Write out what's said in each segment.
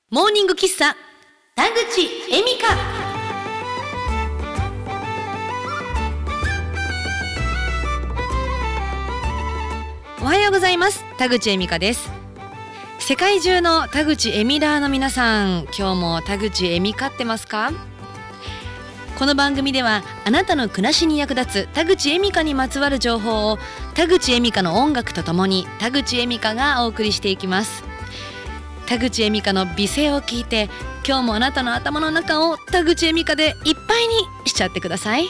モーニング喫茶田口恵美香。おはようございます。田口恵美香です。世界中の田口恵美ラーの皆さん、今日も田口恵美香ってますか？この番組ではあなたの暮らしに役立つ田口恵美香にまつわる情報を田口恵美香の音楽とともに田口恵美香がお送りしていきます。田口恵美香の美声を聞いて、今日もあなたの頭の中を田口恵美香でいっぱいにしちゃってください。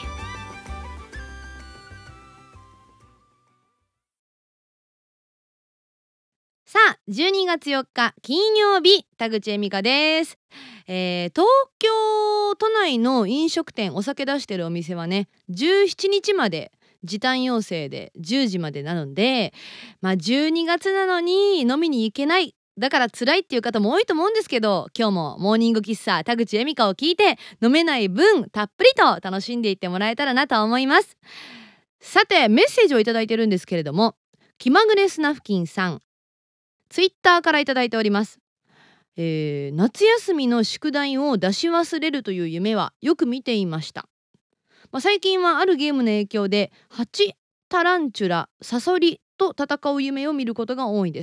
さあ、12月4日金曜日、田口恵美香です。東京都内の飲食店、お酒出してるお店はね、17日まで時短要請で10時までなので、12月なのに飲みに行けない、だから辛いっていう方も多いと思うんですけど、今日もモーニング喫茶田口恵美香を聞いて、飲めない分たっぷりと楽しんでいってもらえたらなと思います。さて、メッセージをいただいてるんですけれども、気まぐれスナフキンさん、ツイッターからいただいております。夏休みの宿題を出し忘れるという夢はよく見ていました。最近はあるゲームの影響でハチ、タランチュラ、サソリと戦う夢を見ることが多いです。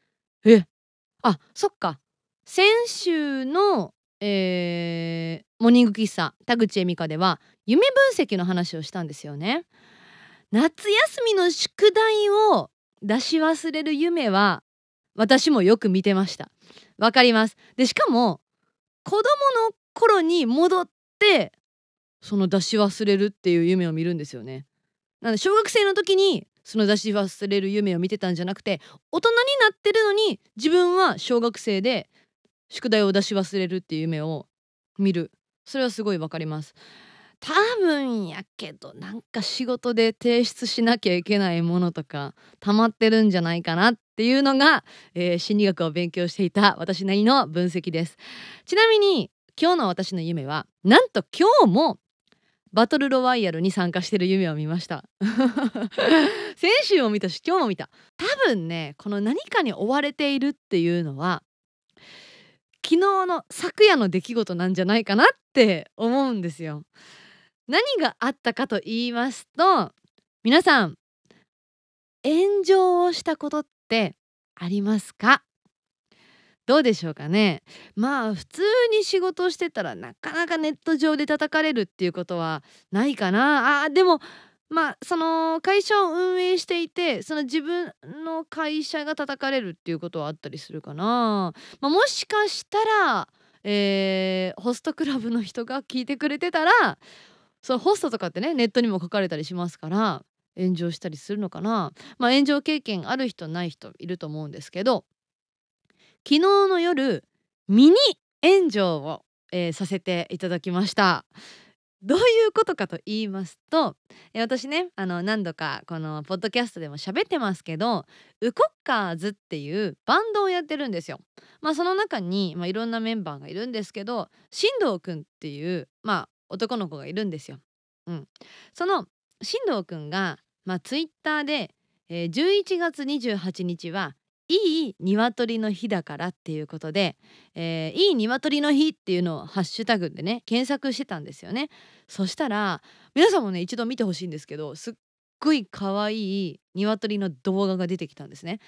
そっか。先週の、モーニング喫茶田口恵美香では夢分析の話をしたんですよね。夏休みの宿題を出し忘れる夢は私もよく見てました。わかります。で、しかも子供の頃に戻ってその出し忘れるっていう夢を見るんですよね。なので小学生の時にその出し忘れる夢を見てたんじゃなくて、大人になってるのに自分は小学生で宿題を出し忘れるっていう夢を見る。それはすごいわかります。多分やけど、なんか仕事で提出しなきゃいけないものとか溜まってるんじゃないかなっていうのが、心理学を勉強していた私なりの分析です。ちなみに今日の私の夢は、なんと今日もバトルロワイヤルに参加してる夢を見ました先週も見たし今日も見た。多分ね、この何かに追われているっていうのは昨日の昨夜の出来事なんじゃないかなって思うんですよ。何があったかと言いますと、皆さん炎上をしたことってありますか？どうでしょうかね。普通に仕事をしてたらなかなかネット上で叩かれるっていうことはないかな。でもその会社を運営していて、その自分の会社が叩かれるっていうことはあったりするかな。もしかしたら、ホストクラブの人が聞いてくれてたら、そのホストとかってね、ネットにも書かれたりしますから炎上したりするのかな。炎上経験ある人ない人いると思うんですけど、昨日の夜ミニ炎上を、させていただきました。どういうことかと言いますと、私ね、何度かこのポッドキャストでも喋ってますけど、ウコッカーズっていうバンドをやってるんですよ。その中に、いろんなメンバーがいるんですけど、進藤くんっていう、男の子がいるんですよ。その進藤くんが、ツイッターで、11月28日はいい鶏の日だからっていうことで、いい鶏の日っていうのをハッシュタグでね検索してたんですよね。そしたら皆さんもね一度見てほしいんですけど、すっごい可愛い鶏の動画が出てきたんですね。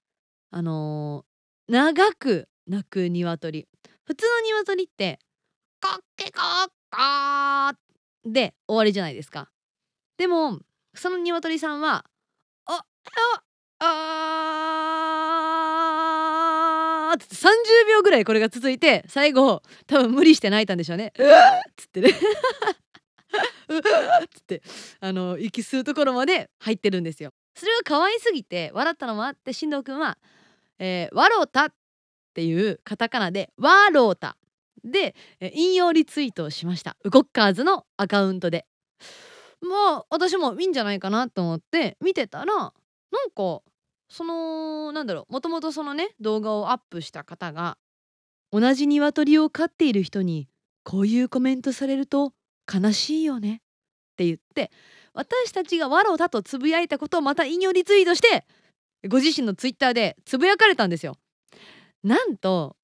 長く鳴く鶏。普通の鶏ってコッケコッカーで終わりじゃないですか。でもその鶏さんはあって30秒ぐらいこれが続いて、最後多分無理して泣いたんでしょうね。うわっつってねうわっつって息吸うところまで入ってるんですよ。それが可愛すぎて笑ったのもあって、進藤くんは、ワロタっていうカタカナでワロータで、引用リツイートをしました。ウコッカーズのアカウントで。私もいいんじゃないかなと思って見てたら、なんかもともとそのね動画をアップした方が、同じ鶏を飼っている人にこういうコメントされると悲しいよねって言って、私たちがワロだとつぶやいたことをまた引用リツイートして、ご自身のツイッターでつぶやかれたんですよ。なんと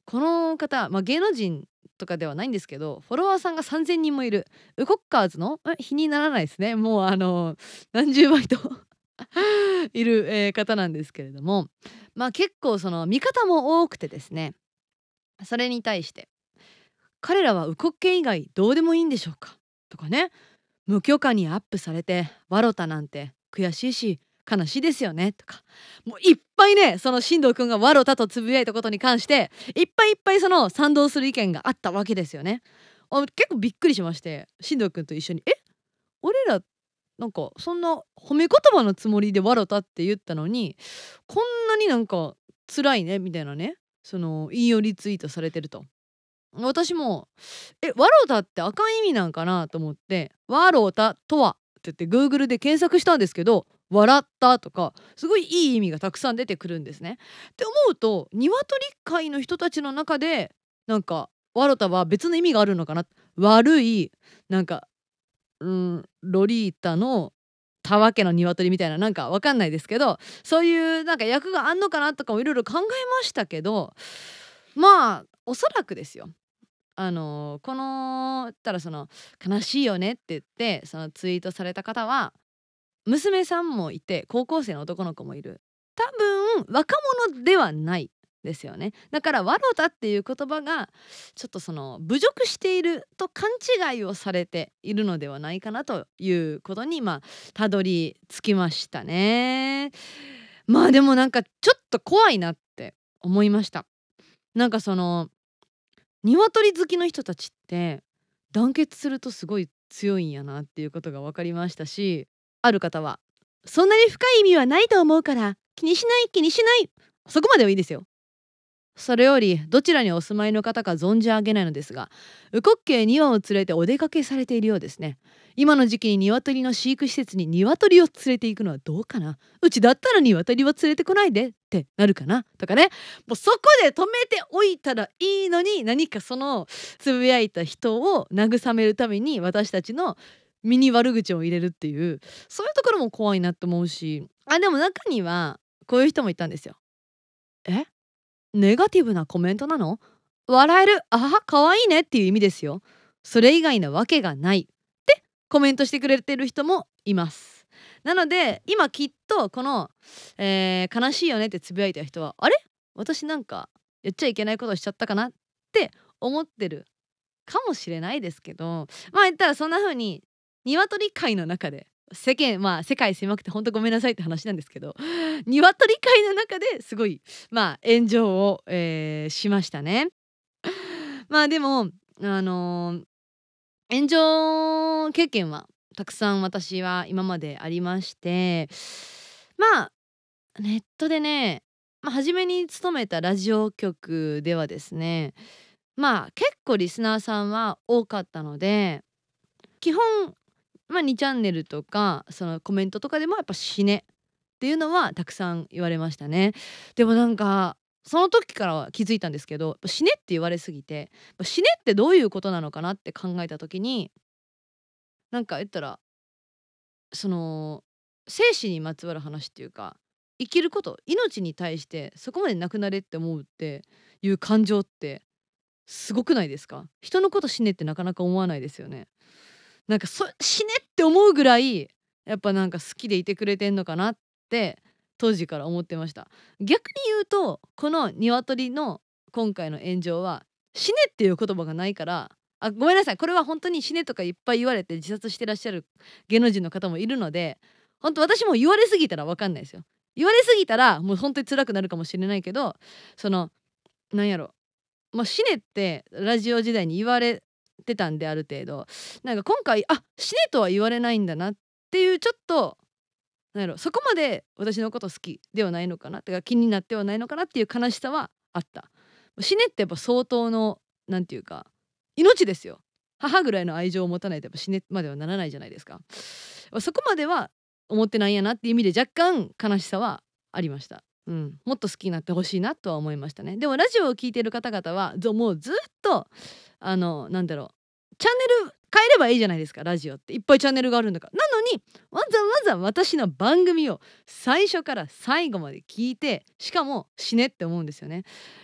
この方、芸能人とかではないんですけど、フォロワーさんが3000人もいるウコッカーズの比にならないですね。もう何十倍といる、方なんですけれども、結構その見方も多くてですね、それに対して彼らはウコッケ以外どうでもいいんでしょうかとかね、無許可にアップされてワロタなんて悔しいし悲しいですよねとか、もういっぱいね、その進藤くんがワロタとつぶやいたことに関していっぱいいっぱいその賛同する意見があったわけですよね。結構びっくりしまして、進藤くんと一緒に俺らなんかそんな褒め言葉のつもりでワロタって言ったのに、こんなになんか辛いねみたいなね、その引用リツイートされてると。私もワロタってあかん意味なんかなと思って、ワロタとはって言って Google で検索したんですけど、笑ったとかすごいいい意味がたくさん出てくるんですね。って思うと、鶏界の人たちの中でなんかワロタは別の意味があるのかな、悪いなんかロリータのたわけの鶏みたいな、なんかわかんないですけど、そういうなんか役があんのかなとかもいろいろ考えましたけど、おそらくですよ、この言ったらその悲しいよねって言ってそのツイートされた方は娘さんもいて高校生の男の子もいる、多分若者ではないですよね。だから「わろた」っていう言葉がちょっとその侮辱していると勘違いをされているのではないかなということにたどり着きましたね。でもなんかちょっと怖いなって思いました。なんかその鶏好きの人たちって団結するとすごい強いんやなっていうことが分かりましたし、ある方は「そんなに深い意味はないと思うから気にしない気にしない」、そこまではいいですよ。それよりどちらにお住まいの方か存じ上げないのですが、ウコッケイ2羽を連れてお出かけされているようですね。今の時期に鶏の飼育施設に鶏を連れて行くのはどうかな、うちだったら鶏は連れてこないでってなるかなとかね、もうそこで止めておいたらいいのに、何かそのつぶやいた人を慰めるために私たちの身に悪口を入れるっていう、そういうところも怖いなと思うし、でも中にはこういう人もいたんですよ。えネガティブなコメントなの？笑える、あは、可愛いねっていう意味ですよ。それ以外なわけがないってコメントしてくれてる人もいます。なので今きっとこの、悲しいよねってつぶやいた人は、あれ私なんかやっちゃいけないことしちゃったかなって思ってるかもしれないですけど、言ったらそんな風に鶏界の中で世界狭くてほんとごめんなさいって話なんですけど、鶏界の中ですごい炎上を、しましたね。でもあの炎上経験はたくさん私は今までありまして、まあネットでね、初めに勤めたラジオ局ではですね、結構リスナーさんは多かったので、基本、2チャンネルとかそのコメントとかでもやっぱ死ねっていうのはたくさん言われましたね。でもなんかその時からは気づいたんですけど、死ねって言われすぎて、死ねってどういうことなのかなって考えた時に、なんか言ったらその生死にまつわる話っていうか、生きること、命に対してそこまでなくなれって思うっていう感情ってすごくないですか？人のこと死ねってなかなか思わないですよね。なんか死ねって思うぐらいやっぱなんか好きでいてくれてんのかなって当時から思ってました。逆に言うとこの鶏の今回の炎上は死ねっていう言葉がないから、ごめんなさい、これは本当に死ねとかいっぱい言われて自殺してらっしゃる芸能人の方もいるので、本当私も言われすぎたらわかんないですよ。言われすぎたらもう本当に辛くなるかもしれないけど、そのなんやろ、死ねってラジオ時代に言われてたんで、ある程度なんか今回死ねとは言われないんだなっていう、ちょっとなんやろ、そこまで私のこと好きではないのかなってか気になってはないのかなっていう悲しさはあった。死ねってやっぱ相当のなんていうか命ですよ。母ぐらいの愛情を持たないとやっぱ死ねまではならないじゃないですか。そこまでは思ってないんやなっていう意味で若干悲しさはありました。もっと好きになってほしいなとは思いましたね。でもラジオを聞いてる方々はもうずっとなんだろう、チャンネル変えればいいじゃないですか。ラジオっていっぱいチャンネルがあるんだから。なのにわざわざ私の番組を最初から最後まで聞いて、しかも死ねって思うんですよね。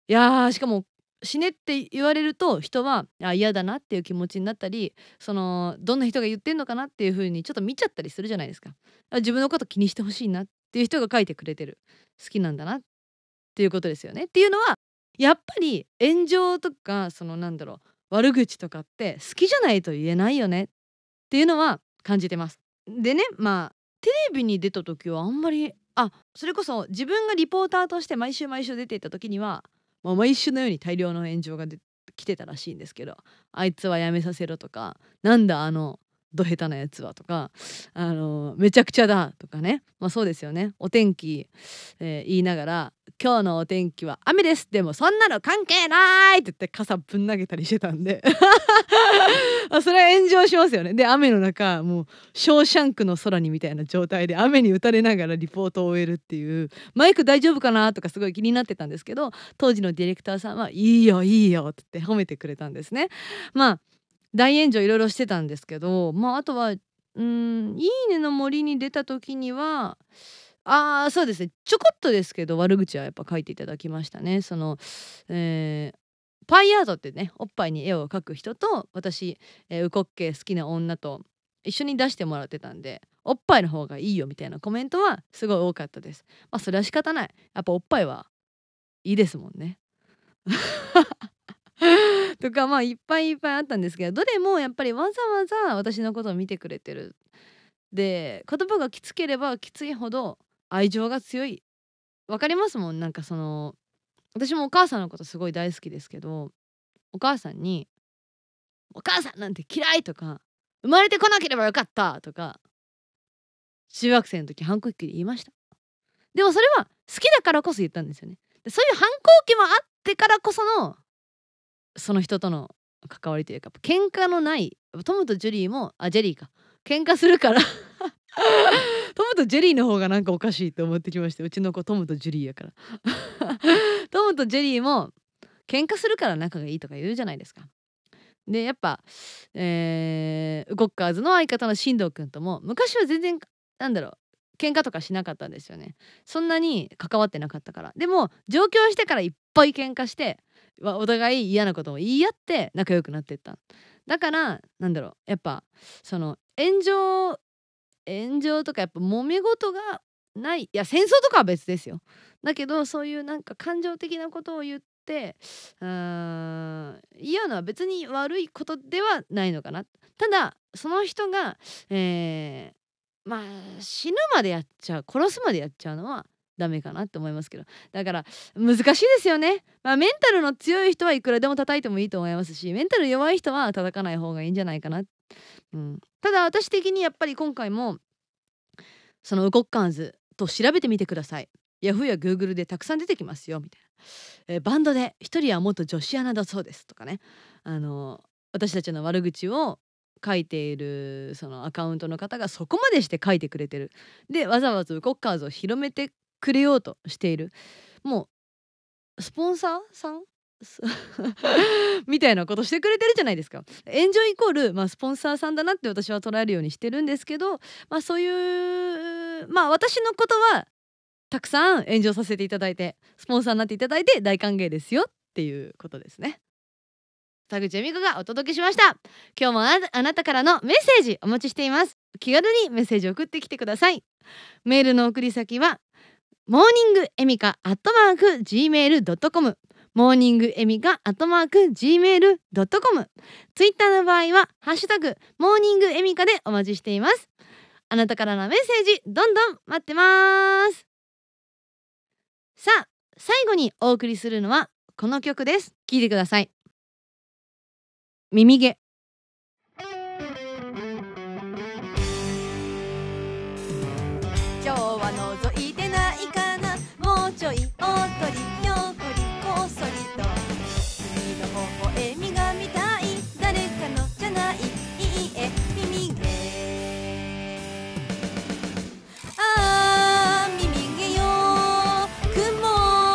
いやー、しかも死ねって言われると人は嫌だなっていう気持ちになったり、どんな人が言ってんのかなっていう風にちょっと見ちゃったりするじゃないですか。自分のこと気にしてほしいなっていう人が書いてくれてる、好きなんだなっていうことですよね。っていうのはやっぱり炎上とか悪口とかって好きじゃないと言えないよねっていうのは感じてます。でね、テレビに出た時はあんまり、それこそ自分がリポーターとして毎週毎週出ていた時には、毎週のように大量の炎上が来てたらしいんですけど、あいつはやめさせろとか、なんだど下手なやつはとか、めちゃくちゃだとかね、そうですよね。お天気、言いながら今日のお天気は雨ですでもそんなの関係ないって言って傘ぶん投げたりしてたんでそれは炎上しますよね。で雨の中もうショーシャンクの空にみたいな状態で雨に打たれながらリポートを終えるっていう、マイク大丈夫かなとかすごい気になってたんですけど、当時のディレクターさんはいいよいいよって言って褒めてくれたんですね。大炎上いろいろしてたんですけど、あとは、いいねの森に出た時には、そうですね、ちょこっとですけど悪口はやっぱ書いていただきましたね。パイアートってね、おっぱいに絵を描く人と私、ウコッケ好きな女と一緒に出してもらってたんで、おっぱいの方がいいよみたいなコメントはすごい多かったです。それは仕方ない。やっぱおっぱいはいいですもんね。とかいっぱいいっぱいあったんですけど、どれもやっぱりわざわざ私のことを見てくれてる。で、言葉がきつければきついほど愛情が強い。わかりますもん。私もお母さんのことすごい大好きですけど、お母さんに「お母さんなんて嫌い」とか「生まれてこなければよかった」とか、中学生の時反抗期で言いました。でもそれは好きだからこそ言ったんですよね。で、そういう反抗期もあってからこそのその人との関わりというか、喧嘩のないトムとジェリーもジェリーか、喧嘩するからトムとジェリーの方がなんかおかしいと思ってきました。うちの子トムとジェリーやからトムとジェリーも喧嘩するから仲がいいとか言うじゃないですか。でやっぱ、ウコッカーズの相方の進藤君とも昔は全然喧嘩とかしなかったんですよね。そんなに関わってなかったから。でも上京してからいっぱい喧嘩して、お互い嫌なことを言い合って仲良くなってった。だからやっぱ炎上とかやっぱ揉め事がない、いや戦争とかは別ですよ。だけどそういう感情的なことを言って嫌なのは別に悪いことではないのかな。ただその人が、死ぬまでやっちゃう、殺すまでやっちゃうのはダメかなって思いますけど、だから難しいですよね。メンタルの強い人はいくらでも叩いてもいいと思いますし、メンタル弱い人は叩かない方がいいんじゃないかな。ただ私的にやっぱり今回もそのウコッカーズと調べてみてください。ヤフーやグーグルでたくさん出てきますよみたいな、バンドで一人は元女子アナだそうですとかね、私たちの悪口を書いているそのアカウントの方がそこまでして書いてくれてる。でわざわざウコッカーズを広めてくれようとしている、もうスポンサーさんみたいなことしてくれてるじゃないですか。エンジョイイコール、スポンサーさんだなって私は捉えるようにしてるんですけど、そういう私のことはたくさん炎上させていただいてスポンサーになっていただいて大歓迎ですよっていうことですね。田口恵美子がお届けしました。今日もあなたからのメッセージお待ちしています。気軽にメッセージを送ってきてください。メールの送り先はモーニングエミカ@gmail.com、モーニングエミカ@gmail.com、ツイッターの場合はハッシュタグモーニングエミカでお待ちしています。あなたからのメッセージどんどん待ってます。さあ最後にお送りするのはこの曲です。聴いてください。耳毛。 今日は覗いてないかな、もうちょいおっとりひょっこりこっそりと君の微笑みが見たい、誰かのじゃない、いいえ耳毛。ああ耳毛よ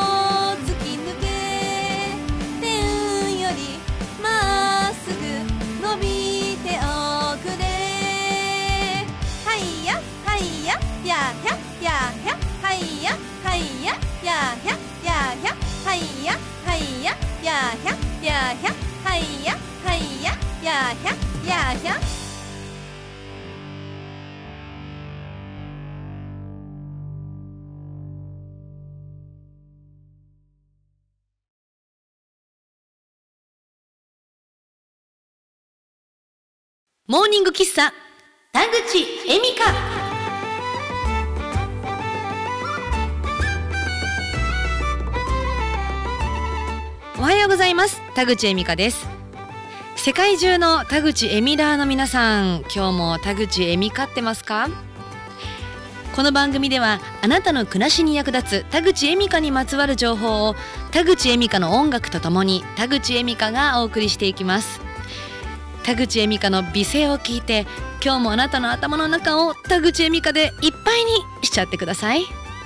雲突き抜け、天よりまっすぐやーひゃやーひゃはいやはいややーひゃやーひゃ。 モーニング喫茶田口恵美香。おはようございます。田口恵美香です。世界中の田口恵美ラーの皆さん、今日も田口恵美香ってますか？この番組ではあなたの暮らしに役立つ田口恵美香にまつわる情報を田口恵美香の音楽とともに田口恵美香がお送りしていきます。田口恵美香の美声を聞いて、今日もあなたの頭の中を田口恵美香でいっぱいにしちゃってください。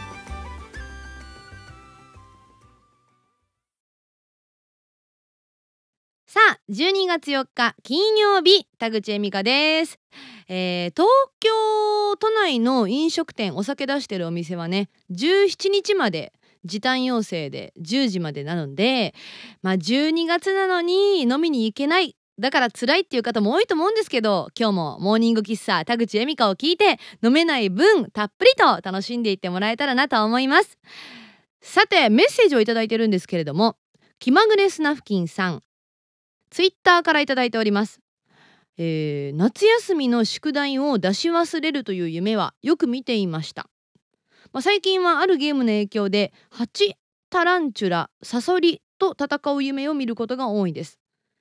さあ、12月4日金曜日、田口恵美香です。東京都内の飲食店、お酒出してるお店はね、17日まで時短要請で10時までなので、12月なのに飲みに行けない、だから辛いっていう方も多いと思うんですけど、今日もモーニング喫茶田口恵美香を聞いて、飲めない分たっぷりと楽しんでいってもらえたらなと思います。さて、メッセージをいただいてるんですけれども、気まぐれスナフキンさん、ツイッターからいただいております。夏休みの宿題を出し忘れるという夢はよく見ていました。最近はあるゲームの影響でハチ、タランチュラ、サソリと戦う夢を見ることが多いです。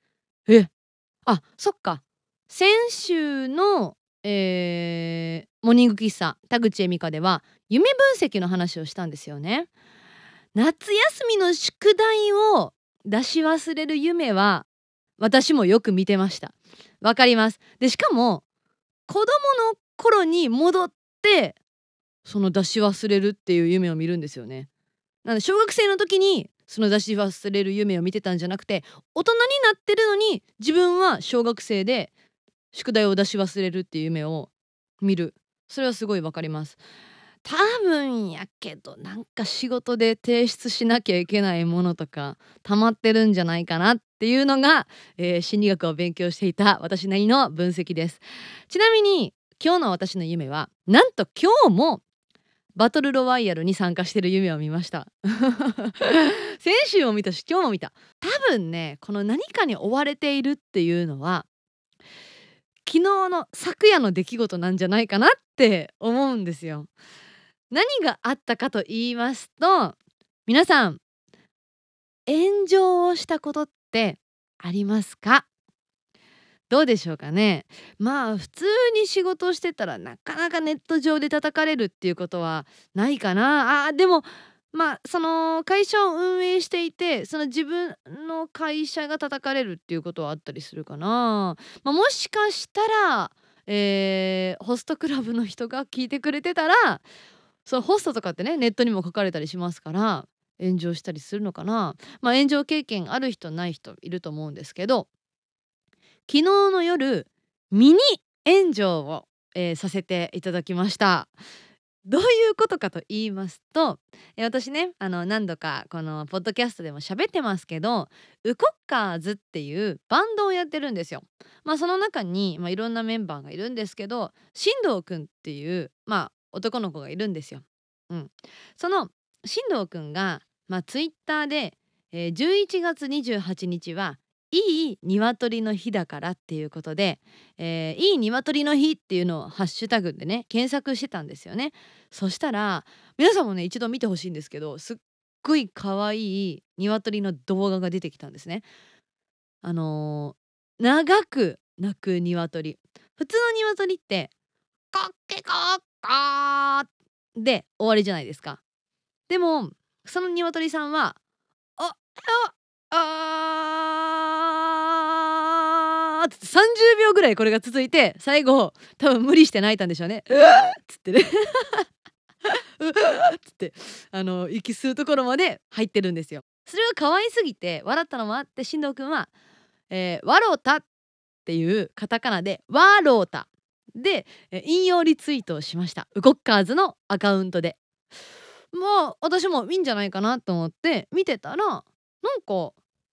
そっか、先週の、モーニング喫茶田口恵美香では夢分析の話をしたんですよね。夏休みの宿題を出し忘れる夢は私もよく見てました。わかります。でしかも子供の頃に戻ってその出し忘れるっていう夢を見るんですよね。なので小学生の時にその出し忘れる夢を見てたんじゃなくて、大人になってるのに自分は小学生で宿題を出し忘れるっていう夢を見る。それはすごいわかります。多分やけど、なんか仕事で提出しなきゃいけないものとか溜まってるんじゃないかなっていうのが、心理学を勉強していた私なりの分析です。ちなみに今日の私の夢は、なんと今日もバトルロワイヤルに参加してる夢を見ました先週も見たし今日も見た。多分ね、この何かに追われているっていうのは昨日の昨夜の出来事なんじゃないかなって思うんですよ。何があったかと言いますと、皆さん炎上をしたことってありますか？どうでしょうかね。普通に仕事をしてたらなかなかネット上で叩かれるっていうことはないかな。でもその会社を運営していて、その自分の会社が叩かれるっていうことはあったりするかな。もしかしたら、ホストクラブの人が聞いてくれてたら、そのホストとかってね、ネットにも書かれたりしますから炎上したりするのかな。炎上経験ある人ない人いると思うんですけど、昨日の夜ミニ炎上を、させていただきました。どういうことかと言いますと、私ね、何度かこのポッドキャストでも喋ってますけど、ウコッカーズっていうバンドをやってるんですよ。その中に、いろんなメンバーがいるんですけど、進藤くんっていう、男の子がいるんですよ。その進藤くんが、ツイッターで、11月28日はいい鶏の日だからっていうことで、いい鶏の日っていうのをハッシュタグでね検索してたんですよね。そしたら皆さんもね一度見てほしいんですけど、すっごい可愛い鶏の動画が出てきたんですね。長く鳴く鶏、普通の鶏ってコッケコッカーで終わりじゃないですか。でもその鶏さんはあって30秒ぐらいこれが続いて、最後多分無理して泣いたんでしょうね。うわっつってねうわっつって息吸うところまで入ってるんですよ。それが可愛すぎて笑ったのもあって、進藤くんは、ワロタっていうカタカナでワロータで、引用リツイートをしました。ウコッカーズのアカウントで。私もいいんじゃないかなと思って見てたら、なんか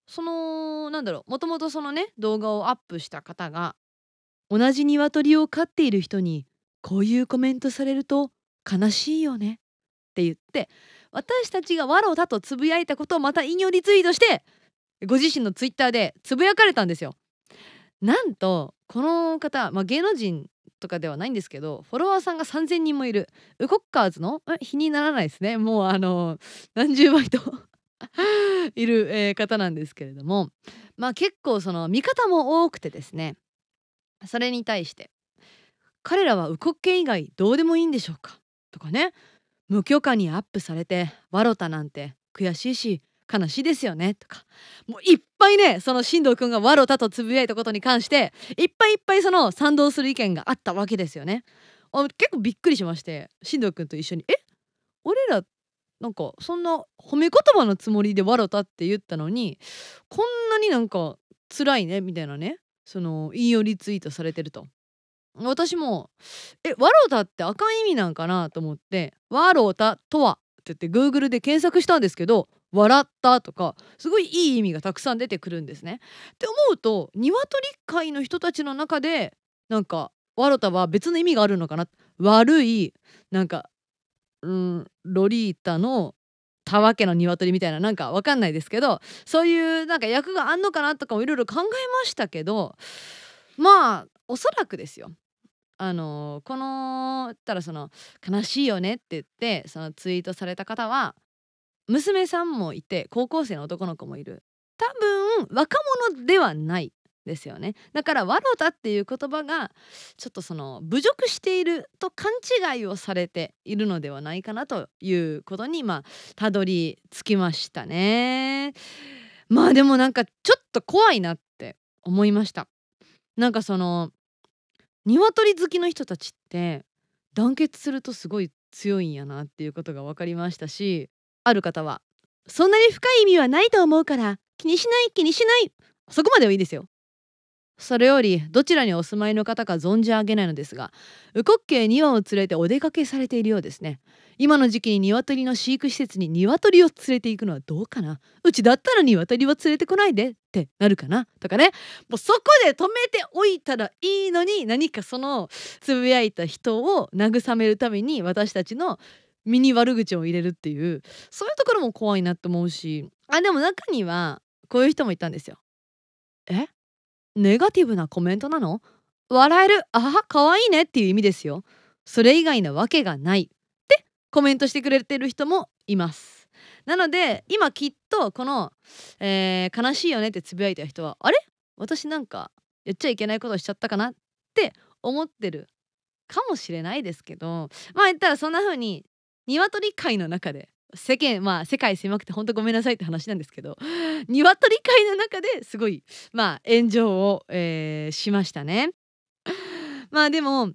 もともとそのね動画をアップした方が、同じ鶏を飼っている人にこういうコメントされると悲しいよねって言って、私たちがわろたとつぶやいたことをまた引用リツイートして、ご自身のツイッターでつぶやかれたんですよ。なんとこの方、芸能人とかではないんですけど、フォロワーさんが3000人もいるウコッカーズの比にならないですね、もう何十倍といる、方なんですけれども、結構その見方も多くてですね、それに対して彼らはウコッケ以外どうでもいいんでしょうかとかね、無許可にアップされてわろたなんて悔しいし悲しいですよねとか、もういっぱいね、その進藤くんがわろたとつぶやいたことに関していっぱいいっぱいその賛同する意見があったわけですよね。結構びっくりしまして、進藤くんと一緒に俺らなんかそんな褒め言葉のつもりでわろたって言ったのに、こんなになんか辛いねみたいなね、その引用リツイートされてると。私もわろたってあかん意味なんかなと思って、わろたとはって言って Google で検索したんですけど、笑ったとかすごいいい意味がたくさん出てくるんですね。って思うと、鶏界の人たちの中でなんかわろたは別の意味があるのかな、悪いなんかロリータのたわけの鶏みたいな、なんかわかんないですけど、そういうなんか役があんのかなとかもいろいろ考えましたけど、おそらくですよ、この言ったらその悲しいよねって言ってそのツイートされた方は娘さんもいて高校生の男の子もいる、多分若者ではないですよね。だから「わろた」っていう言葉がちょっとその侮辱していると勘違いをされているのではないかなということにたどり着きましたね。でもなんかちょっと怖いなって思いました。なんかその鶏好きの人たちって団結するとすごい強いんやなっていうことが分かりましたし、ある方はそんなに深い意味はないと思うから気にしない気にしない、そこまではいいですよ。それよりどちらにお住まいの方か存じ上げないのですが、ウコッケイ2羽を連れてお出かけされているようですね。今の時期に鶏の飼育施設に鶏を連れて行くのはどうかな、うちだったら鶏は連れてこないでってなるかなとかね、もうそこで止めておいたらいいのに、何かそのつぶやいた人を慰めるために私たちの身に悪口を入れるっていう、そういうところも怖いなと思うし、でも中にはこういう人もいたんですよ。えネガティブなコメントなの？笑える、あは可愛いねっていう意味ですよ。それ以外なわけがないってコメントしてくれてる人もいます。なので今きっとこの、悲しいよねってつぶやいた人は、あれ私なんかやっちゃいけないことしちゃったかなって思ってるかもしれないですけど、言ったらそんな風に鶏界の中で世界狭くてほんとごめんなさいって話なんですけど、鶏界の中ですごい炎上を、しましたね。でも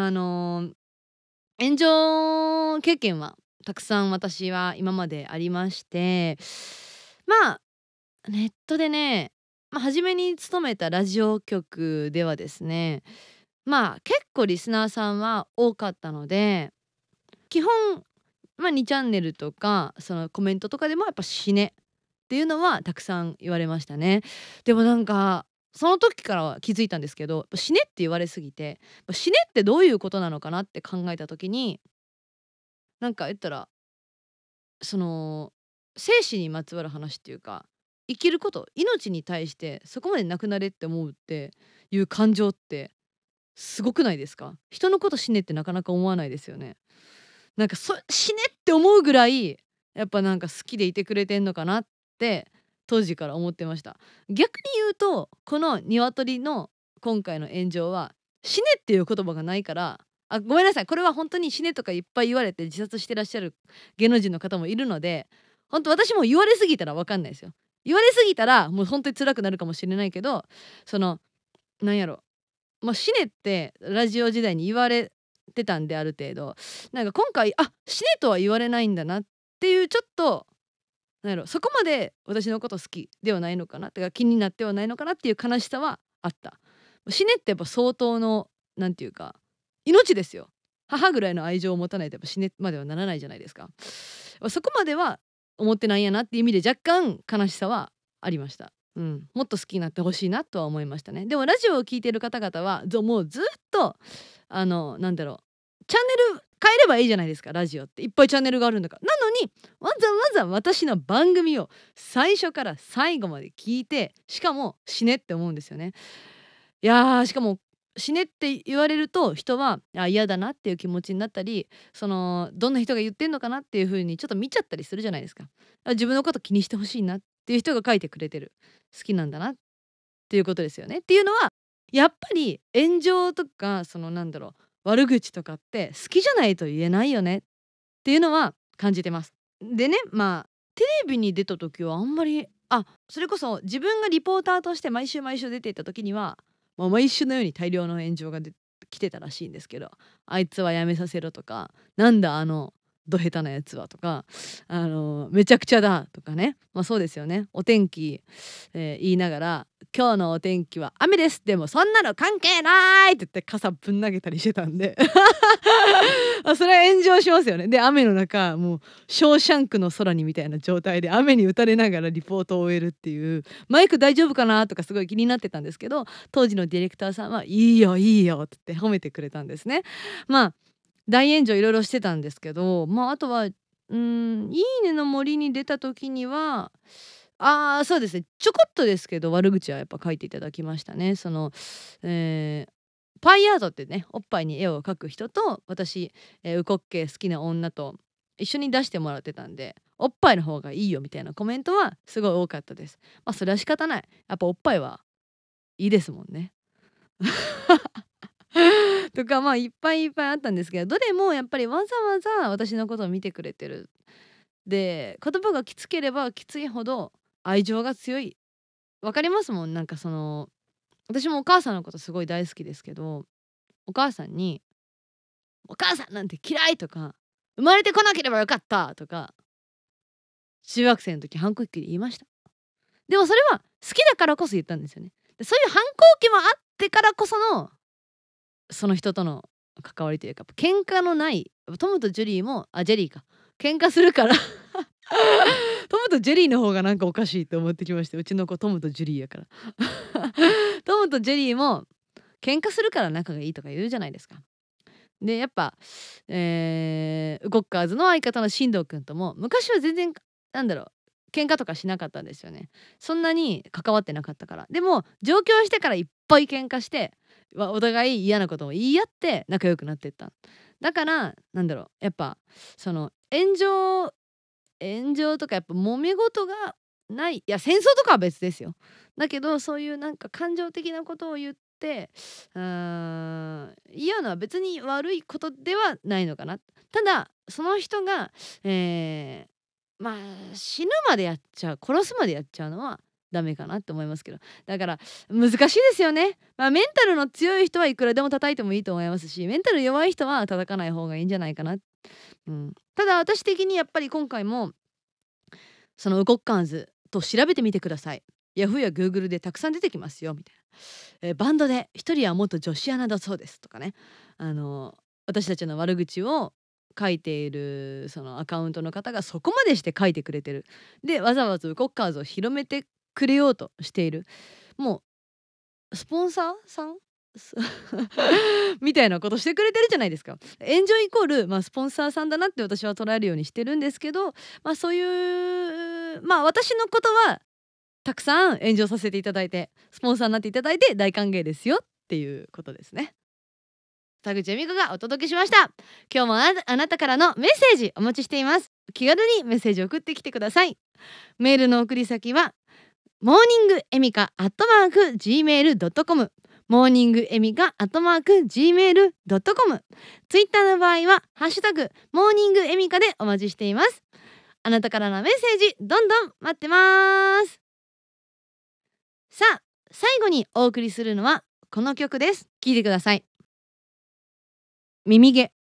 炎上経験はたくさん私は今までありまして、ネットでね、初めに勤めたラジオ局ではですね、結構リスナーさんは多かったので、基本2チャンネルとかそのコメントとかでもやっぱ死ねっていうのはたくさん言われましたね。でもなんかその時からは気づいたんですけど、死ねって言われすぎて、死ねってどういうことなのかなって考えた時に、なんか言ったらその生死にまつわる話っていうか、生きること命に対してそこまでなくなれって思うっていう感情ってすごくないですか？人のこと死ねってなかなか思わないですよね。なんか死ねって思うぐらいやっぱなんか好きでいてくれてんのかなって当時から思ってました。逆に言うとこの鶏の今回の炎上は死ねっていう言葉がないから、ごめんなさい、これは本当に死ねとかいっぱい言われて自殺してらっしゃる芸能人の方もいるので、本当私も言われすぎたら分かんないですよ。言われすぎたらもう本当に辛くなるかもしれないけど、そのなんやろ、死ねってラジオ時代に言われてたんで、ある程度なんか今回死ねとは言われないんだなっていう、ちょっとなんやろ、そこまで私のこと好きではないのかなってか気になってはないのかなっていう悲しさはあった。死ねってやっぱ相当のなんていうか命ですよ。母ぐらいの愛情を持たないとやっぱ死ねまではならないじゃないですか。そこまでは思ってないんやなっていう意味で若干悲しさはありました。 もっと好きになってほしいなとは思いましたね。でもラジオを聞いてる方々はもうずっとなんだろう、チャンネル変えればいいじゃないですか。ラジオっていっぱいチャンネルがあるんだから。なのにわざわざ私の番組を最初から最後まで聞いて、しかも死ねって思うんですよね。いやー、しかも死ねって言われると人は嫌だなっていう気持ちになったり、どんな人が言ってんのかなっていう風にちょっと見ちゃったりするじゃないですか。自分のこと気にしてほしいなっていう人が書いてくれてる、好きなんだなっていうことですよね。っていうのはやっぱり炎上とか悪口とかって好きじゃないと言えないよねっていうのは感じてます。でね、テレビに出た時はあんまりそれこそ自分がリポーターとして毎週毎週出ていた時には、毎週のように大量の炎上が来てたらしいんですけど、あいつはやめさせろとか、なんだド下手なやつはとか、めちゃくちゃだとかね。そうですよね。お天気、言いながら今日のお天気は雨です、でもそんなの関係ないって言って傘ぶん投げたりしてたんでそれは炎上しますよね。で雨の中、もうショーシャンクの空にみたいな状態で雨に打たれながらリポートを終えるっていう、マイク大丈夫かなとかすごい気になってたんですけど、当時のディレクターさんはいいよいいよって言って褒めてくれたんですね。大炎上いろいろしてたんですけど、あとは「いいねの森」に出た時にはそうですね、ちょこっとですけど悪口はやっぱ書いていただきましたね。パイアートってね、おっぱいに絵を描く人と私、ウコッケ好きな女と一緒に出してもらってたんで、おっぱいの方がいいよみたいなコメントはすごい多かったです。それは仕方ない、やっぱおっぱいはいいですもんねとかいっぱいいっぱいあったんですけど、どれもやっぱりわざわざ私のことを見てくれてる。で言葉がきつければきついほど愛情が強い。わかりますもん。私もお母さんのことすごい大好きですけど、お母さんに「お母さんなんて嫌い」とか「生まれてこなければよかった」とか中学生の時反抗期で言いました。でもそれは好きだからこそ言ったんですよね。でそういう反抗期もあってからこそのその人との関わりというか、喧嘩のないトムとジェリーもジェリーか喧嘩するからトムとジェリーの方がなんかおかしいと思ってきました。うちの子トムとジェリーやからトムとジェリーも喧嘩するから仲がいいとか言うじゃないですか。でやっぱ、ウコッカーズの相方の進藤くんとも昔は全然喧嘩とかしなかったんですよね。そんなに関わってなかったから。でも上京してからいっぱい喧嘩してお互い嫌なことを言い合って仲良くなってった。だからやっぱその炎上とかやっぱ揉め事がない、いや戦争とかは別ですよ。だけどそういう感情的なことを言って嫌な別に悪いことではないのかな。ただその人が、死ぬまでやっちゃう、殺すまでやっちゃうのはダメかなって思いますけど、だから難しいですよね。メンタルの強い人はいくらでも叩いてもいいと思いますし、メンタル弱い人は叩かない方がいいんじゃないかな。ただ私的にやっぱり今回もそのウコッカーズと調べてみてください。ヤフーやグーグルでたくさん出てきますよみたいな、バンドで一人は元女子アナだそうですとかね、私たちの悪口を書いているそのアカウントの方がそこまでして書いてくれてる。でわざわざウコッカーズを広めてくれようとしている、もうスポンサーさんみたいなことしてくれてるじゃないですか。炎上イコール、スポンサーさんだなって私は捉えるようにしてるんですけど、そういう私のことはたくさん炎上させていただいてスポンサーになっていただいて大歓迎ですよっていうことですね。田口恵美子がお届けしました。今日もあなたからのメッセージお待ちしています。気軽にメッセージを送ってきてください。メールの送り先はモーニングエミカ@gmail.com、モーニングエミカ@gmail.com、ツイッターの場合はハッシュタグモーニングエミカでお待ちしています。あなたからのメッセージどんどん待ってます。さあ最後にお送りするのはこの曲です。聴いてください。耳毛。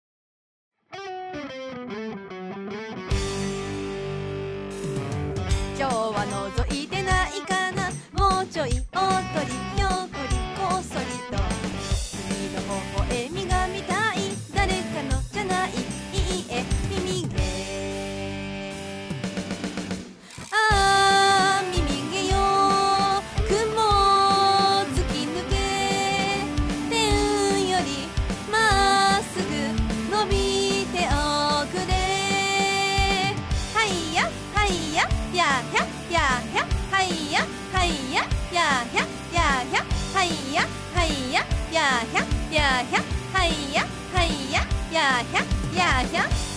今日は覗いてないかな、もうちょいおっとりひょうこりこっそりと君の微笑みが見たい、誰かのじゃない、いいえ耳毛。耳毛よやーひゃやーひゃはいやはいややーひゃやーひゃ